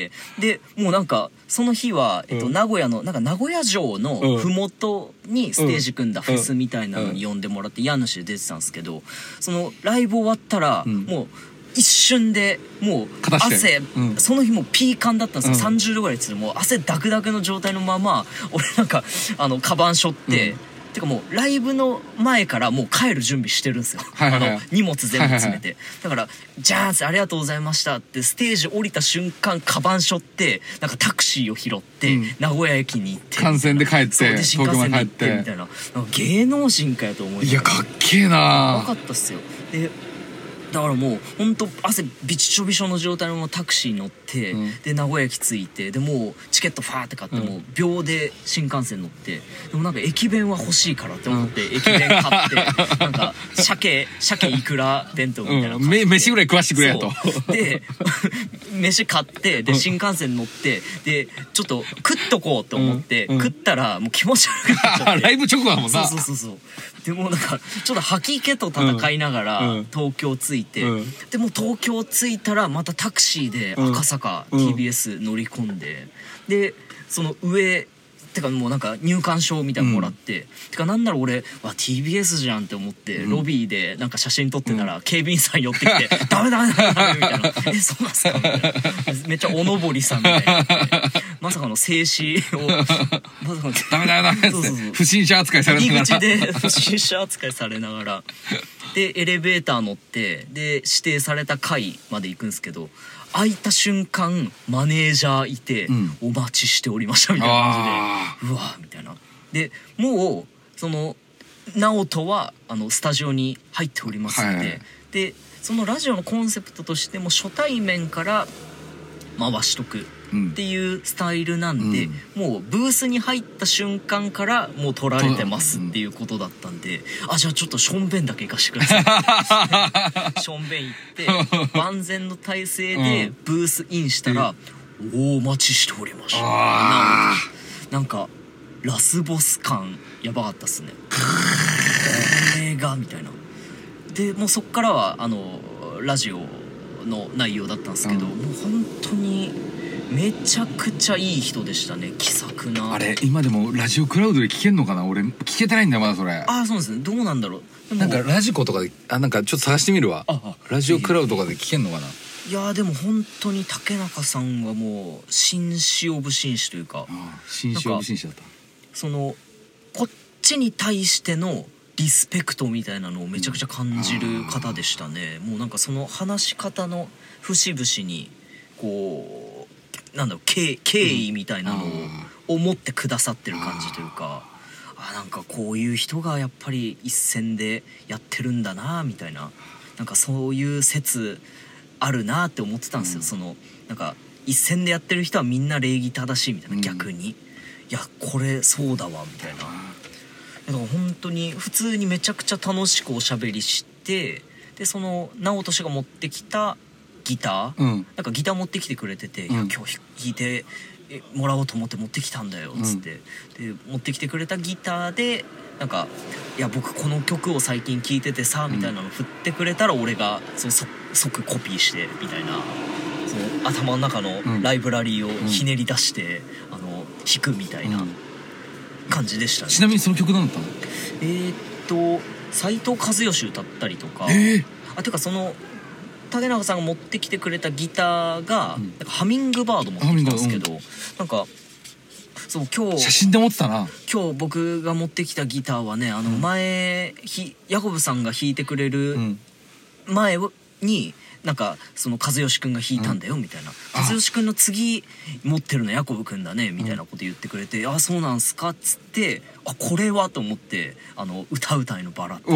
でもうなんかその日は、名古屋のなんか名古屋城の麓にステージ組んだフェスみたいなのに呼んでもらって家主で出てたんですけど、そのライブ終わったら、もう一瞬でもう汗、その日もピーカンだったんですよ、30度ぐらいつってもう汗ダクダクの状態のまま俺なんかカバン背負って、てかもうライブの前からもう帰る準備してるんですよ、荷物全部詰めて、だからじゃあありがとうございましたってステージ降りた瞬間カバン背負ってなんかタクシーを拾って、名古屋駅に行って幹線で帰って新幹線で行ってみたいな、なんか芸能人かやと思いながら、 いやかっけえな。 分かったっすよ。でだからもうほんと汗びちょびしょの状態のままタクシー乗って、で名古屋駅着いて、でもうチケットファーって買って、もう秒で新幹線乗って、でもなんか駅弁は欲しいからって思って、駅弁買ってなんか鮭いくら弁当みたいなの買って、 飯ぐらい食わしてくれと。 で飯買って、で新幹線乗って、でちょっと食っとこうと思って、食ったらもう気持ち悪くなっちゃってライブ直後だもんな。 そうでもなんかちょっと吐き気と戦いながら東京着いて、でも東京着いたらまたタクシーで赤坂 TBS 乗り込んで、でその上てかもうなんか入館証みたいなのもらって、てかなんなら俺は TBS じゃんって思って、ロビーでなんか写真撮ってたら、警備員さん寄ってきて「ダメダメダメ」みたいな「そうなんすか」みたいな、めっちゃおのぼりさんみたいな、まさかの静止をまさかのダメダメ不審者扱いされながら、 入り口で不審者扱いされながらでエレベーター乗ってで指定された階まで行くんですけど、開いた瞬間マネージャーいて、お待ちしておりましたみたいな感じで、うわみたいな。でもうその直人はスタジオに入っておりますので、でそのラジオのコンセプトとしても初対面から回しとくっていうスタイルなんで、もうブースに入った瞬間からもう撮られてますっていうことだったんで、じゃあちょっとしょんべんだけ行かしてくださいしょんべん行って万全の体制でブースインしたら、お待ちしておりましたなんかラスボス感やばかったっすねこれがみたいな。でもうそっからはラジオの内容だったんですけど、もう本当にめちゃくちゃいい人でしたね。気さくな。 あれ今でもラジオクラウドで聞けんのかな。俺聞けてないんだよまだそれ。 そうですね。どうなんだろう。 なんかラジコとかでなんかちょっと探してみるわ。ラジオクラウドとかで聞けんのかな。 いやでも本当に竹中さんはもう紳士オブ紳士というか、 紳士オブ紳士だった。 そのこっちに対してのリスペクトみたいなのをめちゃくちゃ感じる方でしたね。もうなんかその話し方の節々にこうなんだろう敬意みたいなのを思ってくださってる感じというか、なんかこういう人がやっぱり一線でやってるんだなみたいな、なんかそういう説あるなって思ってたんですよ。そのなんか一線でやってる人はみんな礼儀正しいみたいな、逆にいやこれそうだわみたいな。だから本当に普通にめちゃくちゃ楽しくおしゃべりして、でその直人氏が持ってきたギター、なんかギター持ってきてくれてて、いや今日弾いてもらおうと思って持ってきたんだよっつって、で持ってきてくれたギターでなんかいや僕この曲を最近聴いててさみたいなの振ってくれたら、俺が即コピーしてみたいな、その頭の中のライブラリーをひねり出して弾くみたいな感じでしたね。 ちなみにその曲何だったの？ 斉藤和義歌ったりとか、てかその竹中さんが持ってきてくれたギターが、なんかハミングバード持ってきたんですけど、なんかそう今日写真で持ってたな。 今日僕が持ってきたギターはね、前ヤコブさんが弾いてくれる前になんかその和義くんが弾いたんだよみたいな、和義くんの次持ってるのヤコブくんだねみたいなこと言ってくれて、そうなんすかっつって、これはと思って歌うたいのバラッと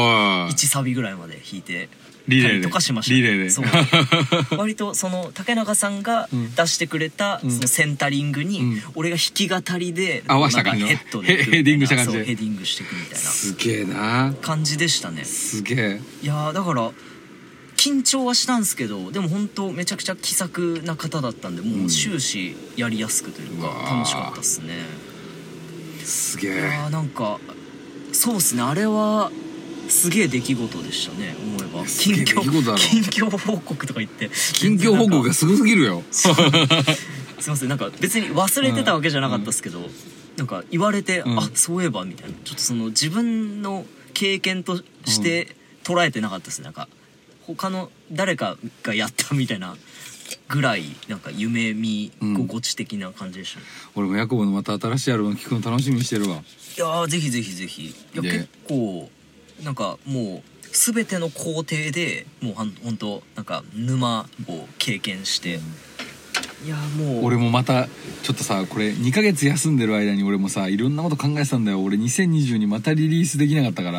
1サビぐらいまで弾いてリレーでとかしました、ね、 リレーでそう割とその竹中さんが出してくれたそのセンタリングに俺が弾き語りで合わせた感じのヘッドでヘディングした感じでヘディングしていくみたいなすげえな感じでしたね。 すげえ。 いやだから緊張はしたんですけど、でも本当めちゃくちゃ気さくな方だったんで、もう終始やりやすくというか楽しかったっすね。 すげえ。 いやなんかそうっすね、あれはすげえ出来事でしたね、思えば。 すげえ出来事だろ。 近況報告とか言って近況報告がすごすぎるよ。 すいません、なんか別に忘れてたわけじゃなかったですけど、なんか言われて、あ、そういえばみたいな、ちょっとその自分の経験として捉えてなかったですね。なんか他の誰かがやったみたいなぐらい、なんか夢見心地的な感じでしたね。 俺もヤコブのまた新しいアルバム聴くの楽しみにしてるわ。 いやー、ぜひぜひぜひ。いや、結構なんかもう全ての工程でもうほんとなんか沼を経験して、いやもう俺もまたちょっとさ、これ2ヶ月休んでる間に俺もさ、いろんなこと考えてたんだよ。俺2020にまたリリースできなかったから。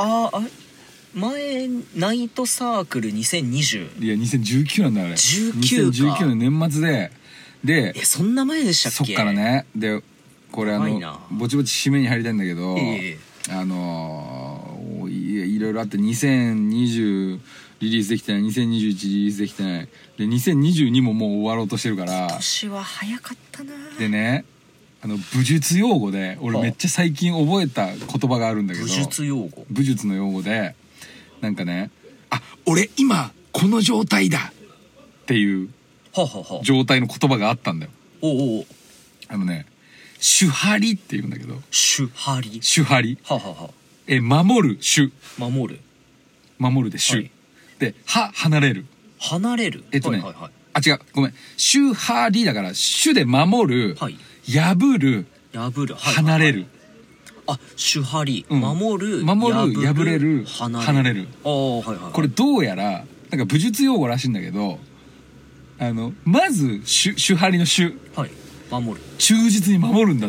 前ナイトサークル2020、 いや2019なんだよあれ。 19か。 2019年年末でそんな前でしたっけ。 そっからね。でこれぼちぼち締めに入りたいんだけど、いろいろあって2020リリースできてない、2021リリースできてないで、2022ももう終わろうとしてるから。 今年は早かったな。 でね、武術用語で俺めっちゃ最近覚えた言葉があるんだけど、 武術用語、 武術の用語でなんかね、俺今この状態だっていう状態の言葉があったんだよ。手張りって言うんだけど。手張り守る手、守るで手、で離れる違う、ごめん、手張りだから手で守る、破る、離れる。 手張り、守る、 破れる、離れる。これどうやらなんか武術用語らしいんだけど、まず手張りの手、 守る、 忠実に守るんだって、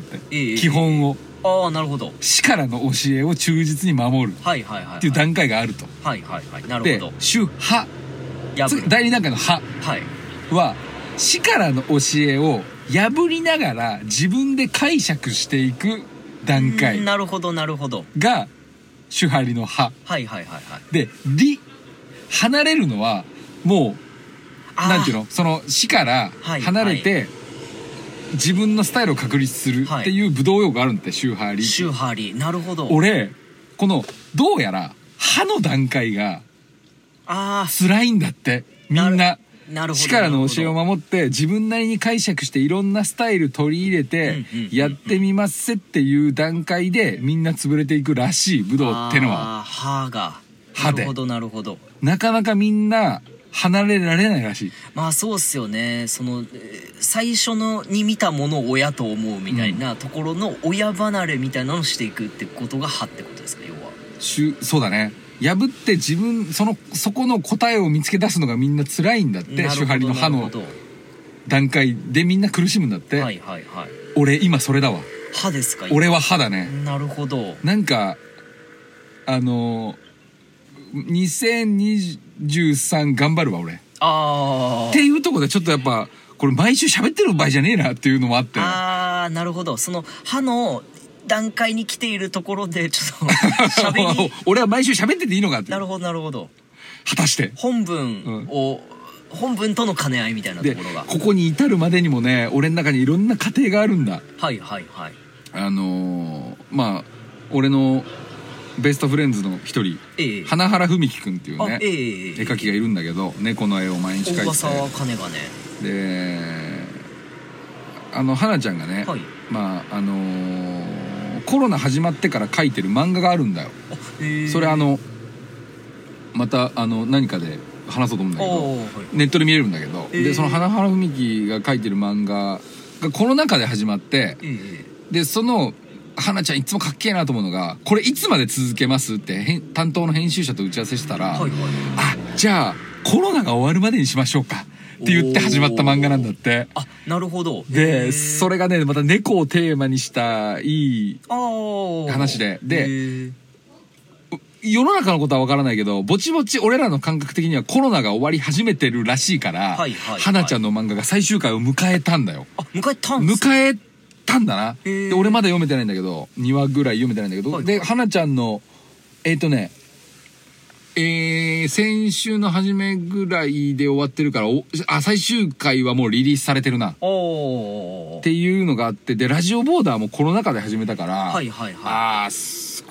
基本を。 なるほど。 師からの教えを忠実に守るっていう段階があると。 なるほど。 で手破、第2段階の破は師からの教えを破りながら自分で解釈していく段階。 なるほどなるほど。 が手張りの破。で離れるのはもうなんていうの、その師から離れて自分のスタイルを確立するっていう武道用語があるんだって、手張り。なるほど。俺このどうやら歯の段階が辛いんだって、みんな。師からの教えを守って自分なりに解釈していろんなスタイル取り入れてやってみますっていう段階でみんな潰れていくらしい、武道ってのは。歯でなるほど。なかなかみんな離れられないらしい。 そうっすよね。その最初に見たものを親と思うみたいなところの親離れみたいなのをしていくってことが歯ってことですか、要は。 そうだね。破って自分そこの答えを見つけ出すのがみんな辛いんだって。手張りの歯の段階でみんな苦しむんだって。俺今それだわ。 歯ですか。 俺は歯だね。 なるほど。 なんか2023頑張るわ俺。っていうとこでちょっとやっぱこれ毎週喋ってる場合じゃねえなっていうのもあって。なるほど。その歯の段階に来ているところでちょっと喋り俺は毎週喋ってていいのかって。 なるほど。 果たして本文との兼ね合いみたいなところが、 ここに至るまでにもね、俺の中にいろんな過程があるんだ。俺のベストフレンズの一人、花原文樹くんっていうね、絵描きがいるんだけど、猫の絵を毎日描いてて、 噂は金がね。 で花ちゃんがね、コロナ始まってから描いてる漫画があるんだよ。それまた何かで話そうと思うんだけど、ネットで見れるんだけど、でその花原文樹が描いてる漫画がコロナ禍で始まって、でその花ちゃんいつもかっけえなと思うのが、これいつまで続けますって担当の編集者と打ち合わせしたら、じゃあコロナが終わるまでにしましょうかって言って始まった漫画なんだって。 なるほど。 でそれがね、また猫をテーマにしたいい話で、世の中のことは分からないけど、ぼちぼち俺らの感覚的にはコロナが終わり始めてるらしいから、花ちゃんの漫画が最終回を迎えたんだよ。 迎えたんですか。 迎えたんだな。で俺まだ読めてないんだけど、2話ぐらい読めてないんだけど、で花ちゃんの先週の初めぐらいで終わってるから、最終回はもうリリースされてるなっていうのがあって、でラジオボーダーもコロナ禍で始めたから、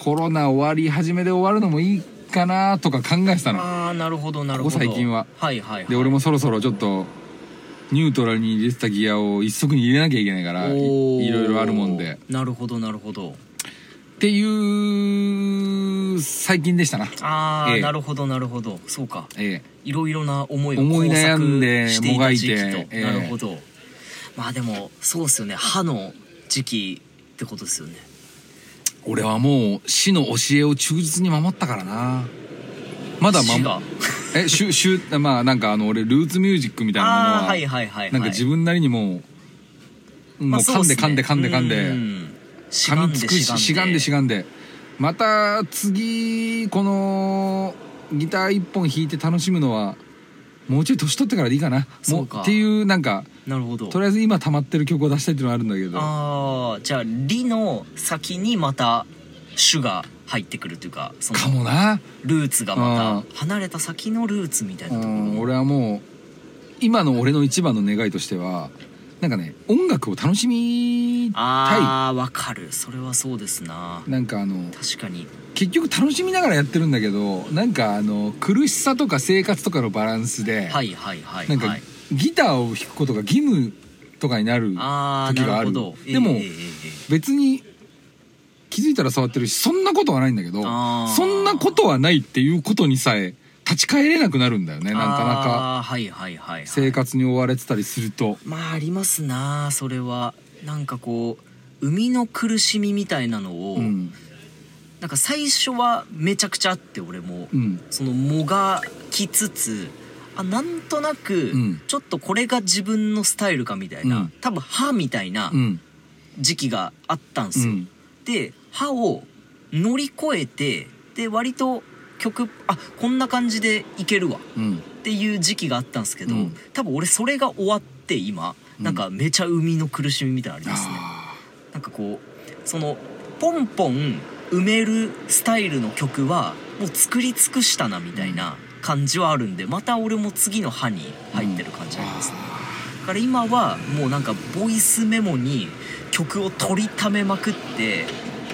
コロナ終わり始めで終わるのもいいかなとか考えてたの。 ああなるほどなるほど。 ここ最近は。 はいはい、はい、 で俺もそろそろちょっとニュートラルに入れてたギアを一足に入れなきゃいけないから、いろいろあるもんで。 なるほどなるほど。 っていう最近でしたな。 ああ、なるほどなるほど。そうか。いろいろな思いを思い悩んでもがいて、 なるほど。まあでもそうですよね。歯の時期ってことですよね。俺はもう死の教えを忠実に守ったからな。まだまあなんか俺ルーツミュージックみたいなものは、はいはいはい、なんか自分なりにもう噛んで噛んで噛んで噛んで噛み尽くししがんでまた次このギター一本弾いて楽しむのはもうちょい年取ってからでいいかな。もうっていうなんか、なるほど。とりあえず今溜まってる曲を出したいっていうのがあるんだけど。 ああ、じゃあリの先にまた主が入ってくるというか、そのかもな。 ルーツがまた離れた先のルーツみたいなところ。 俺はもう今の俺の一番の願いとしては、なんかね、音楽を楽しみたい。 ああ、わかる。それはそうですな。 なんか確かに結局楽しみながらやってるんだけど、なんか苦しさとか生活とかのバランスで、はいはいはい、なんかギターを弾くことが義務とかになる時がある。でも別に気づいたら触ってるし、そんなことはないんだけど、そんなことはないっていうことにさえ立ち返れなくなるんだよね。なんかなか生活に追われてたりすると。 まあありますな。それはなんかこう生みの苦しみみたいなのを、なんか最初はめちゃくちゃあって、俺も、そのもがきつつ、なんとなくちょっとこれが自分のスタイルかみたいな、多分歯みたいな時期があったんですよ。で歯を乗り越えて、で割と曲こんな感じでいけるわ、っていう時期があったんですけど、多分俺それが終わって今なんかめちゃ生みの苦しみみたいなのありますね。なんかこうそのポンポン埋めるスタイルの曲はもう作り尽くしたなみたいな感じはあるんで、また俺も次の歯に入ってる感じありますね。だから今はもうなんかボイスメモに曲を取りためまくって、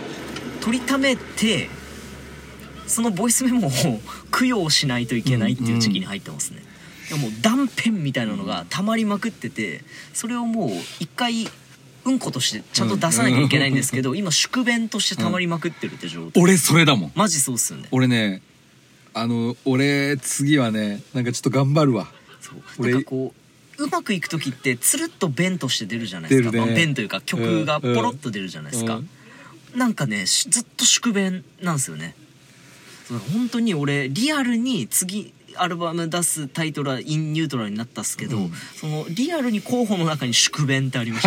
そのボイスメモを供養しないといけないっていう時期に入ってますね。でも断片みたいなのがたまりまくってて、それをもう一回うんことしてちゃんと出さなきゃいけないんですけど、今宿便としてたまりまくってるって状態。 俺それだもん。 マジそうっすよね。 俺ね、俺次はね、なんかちょっと頑張るわ。 そうなんかこううまくいく時ってつるっと便として出るじゃないですか。便というか曲がポロッと出るじゃないですか。なんかねずっと宿便なんですよね。本当に俺リアルに次アルバム出すタイトルはインニュートラルになったっすけど、そのリアルに候補の中に宿便ってありました、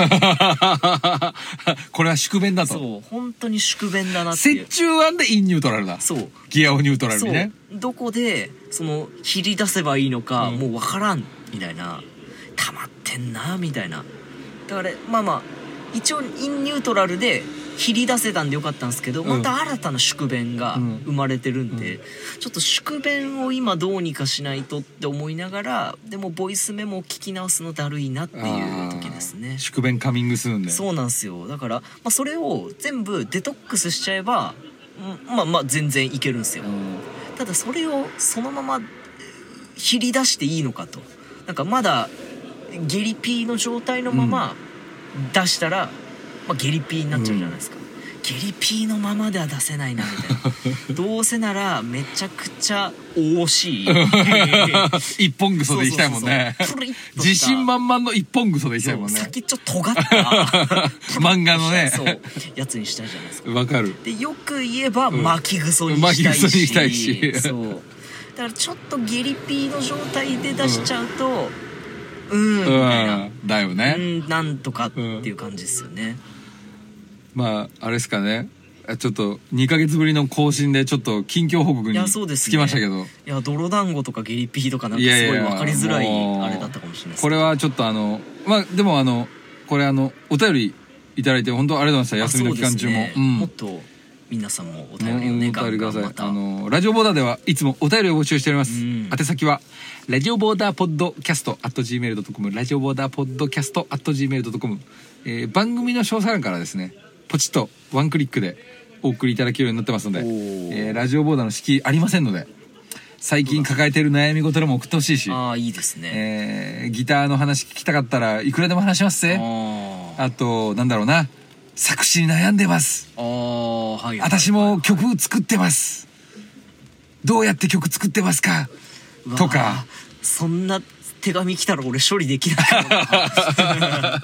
これは宿便だと。 そう本当に宿便だなっていう。 折衷案でインニュートラルだ。そうギアをニュートラルにね。 どこでその切り出せばいいのか、もう分からんみたいな、溜まってんなみたいな。だからまあ一応インニュートラルで切り出せたんでよかったんですけど、また新たな宿便が生まれてるんで、ちょっと宿便を今どうにかしないとって思いながら、でもボイスメモを聞き直すのだるいなっていう時ですね。 宿便カミングスーンで。 そうなんですよ。だからそれを全部デトックスしちゃえば全然いけるんですよ。ただそれをそのまま切り出していいのかと、なんかまだゲリピーの状態のまま出したら、ゲリピーになっちゃうじゃないですか。ゲリピーのままでは出せないなみたいな。どうせならめちゃくちゃ惜しい一本グソでいきたいもんね。自信満々の一本グソでいきたいもんね。 先ちょっと尖った漫画のねやつにしたいじゃないですか。 わかる。 でよく言えば巻きグソにしたいし、そうだからちょっとゲリピーの状態で出しちゃうと、みたいなだよね。 なんとかっていう感じですよね。 あれですかね。ちょっと2ヶ月ぶりの更新でちょっと近況報告につきましたけど、 いや泥団子とかゲリピーとかなんかすごい分かりづらいあれだったかもしれないです。 これはちょっとでもこれお便りいただいて本当ありがとうございました。休みの期間中も、 もっと皆さんもお便りをねお便りください。ラジオボーダーではいつもお便りを募集しております。宛先はラジオボーダーポッドキャスト @gmail.com ラジオボーダーポッドキャスト @gmail.com、番組の詳細欄からですね、ポチッとワンクリックでお送りいただけるようになってますので、ラジオボーダーの敷居ありませんので、最近抱えている悩み事でも送ってほしいし、 いいですね。 ギターの話聞きたかったらいくらでも話しますぜ。あとなんだろうな、作詞に悩んでます。私も曲作ってます。どうやって曲作ってますかとか。 そんな手紙来たら俺処理できないか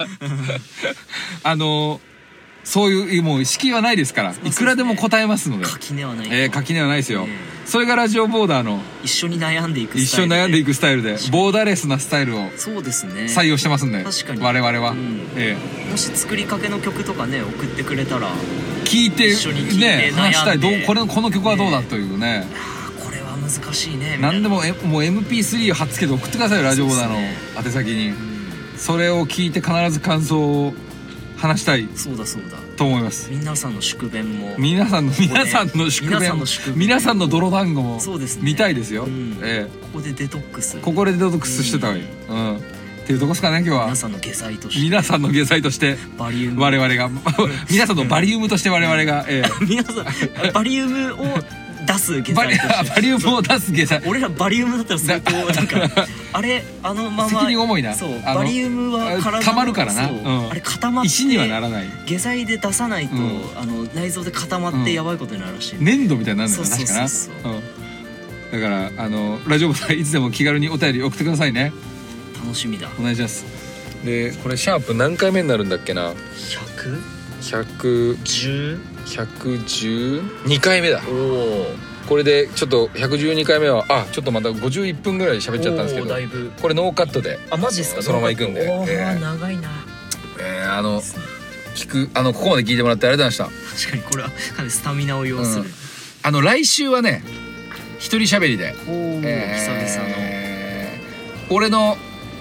もそういうもう敷居はないですから、いくらでも答えますので。 垣根はない。 垣根はないですよ。それがラジオボーダーの一緒に悩んでいくスタイルで、ボーダーレスなスタイルを採用してますんで、 確かに我々は、 もし作りかけの曲とかね送ってくれたら聞いてね、話したい。この曲はどうだというね。 これは難しいね。 何でももう MP3 を貼っつけて送ってくださいよ、ラジオボーダーの宛先に。それを聞いて必ず感想を話したい。そうだと思います。 皆さんの宿便も、 皆さんの宿便、皆さんの泥団子も見たいですよ。ここでデトックスしてた方がいい。っていうとこですかね、今日は。 皆さんの下剤として我々が皆さんのバリウムとして我々が皆さんバリウムを出す下剤としてバリウムを出す下剤。 俺らバリウムだったら相当なんかまま責任重いな。 バリウムは体溜まるからな。 あれ固まって石にはならない。 下剤で出さないと内臓で固まってやばいことになるらしい。 粘土みたいになるんだよ確かな。だからラジオボタンいつでも気軽にお便り送ってくださいね。 楽しみだ。 お願いします。でこれシャープ何回目になるんだっけな。112回目だ。これでちょっと112回目はちょっとまた51分ぐらい喋っちゃったんですけど、これノーカットでマジっすか。 そのまま行くんで。 長いな。 ここまで聞いてもらってありがとうございました。確かにこれはかなりスタミナを要する。 来週はね一人喋りで久々の俺の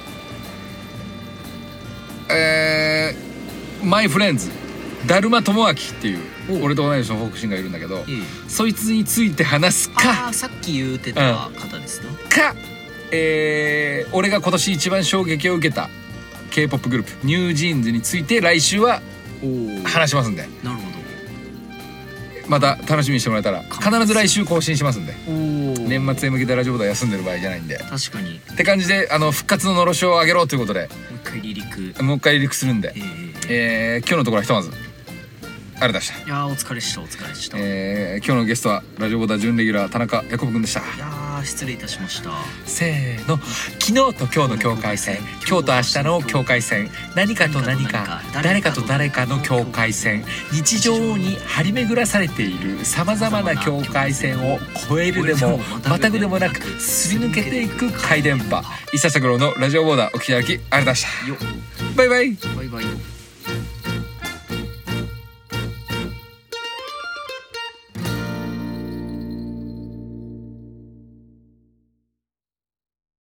マイフレンズだるま智明っていう俺と同い年のフォークシンガーいるんだけど、そいつについて話すか、 さっき言ってた方ですね。 か、俺が今年一番衝撃を受けた K-POP グループニュージーンズについて来週は話しますんで。 なるほど。 また楽しみにしてもらえたら必ず来週更新しますんで。年末へ向けてラジオボーダー休んでる場合じゃないんで。 確かにって感じで復活ののろしを上げろということでもう一回離陸するんで、今日のところはひとまずありがとうございました。 いやお疲れした。 今日のゲストはラジオボーダー準レギュラー田中ヤコブ君でした。 いや失礼いたしました。 せーの。昨日と今日の境界線、今日と明日の境界線、何かと何か、誰かと誰かの境界線、日常に張り巡らされているさまざまな境界線を越えるでもまたぐでもなくすり抜けていく回電波。伊佐拓郎のラジオボーダーお聞きいただきありがとうございました。バイバイ。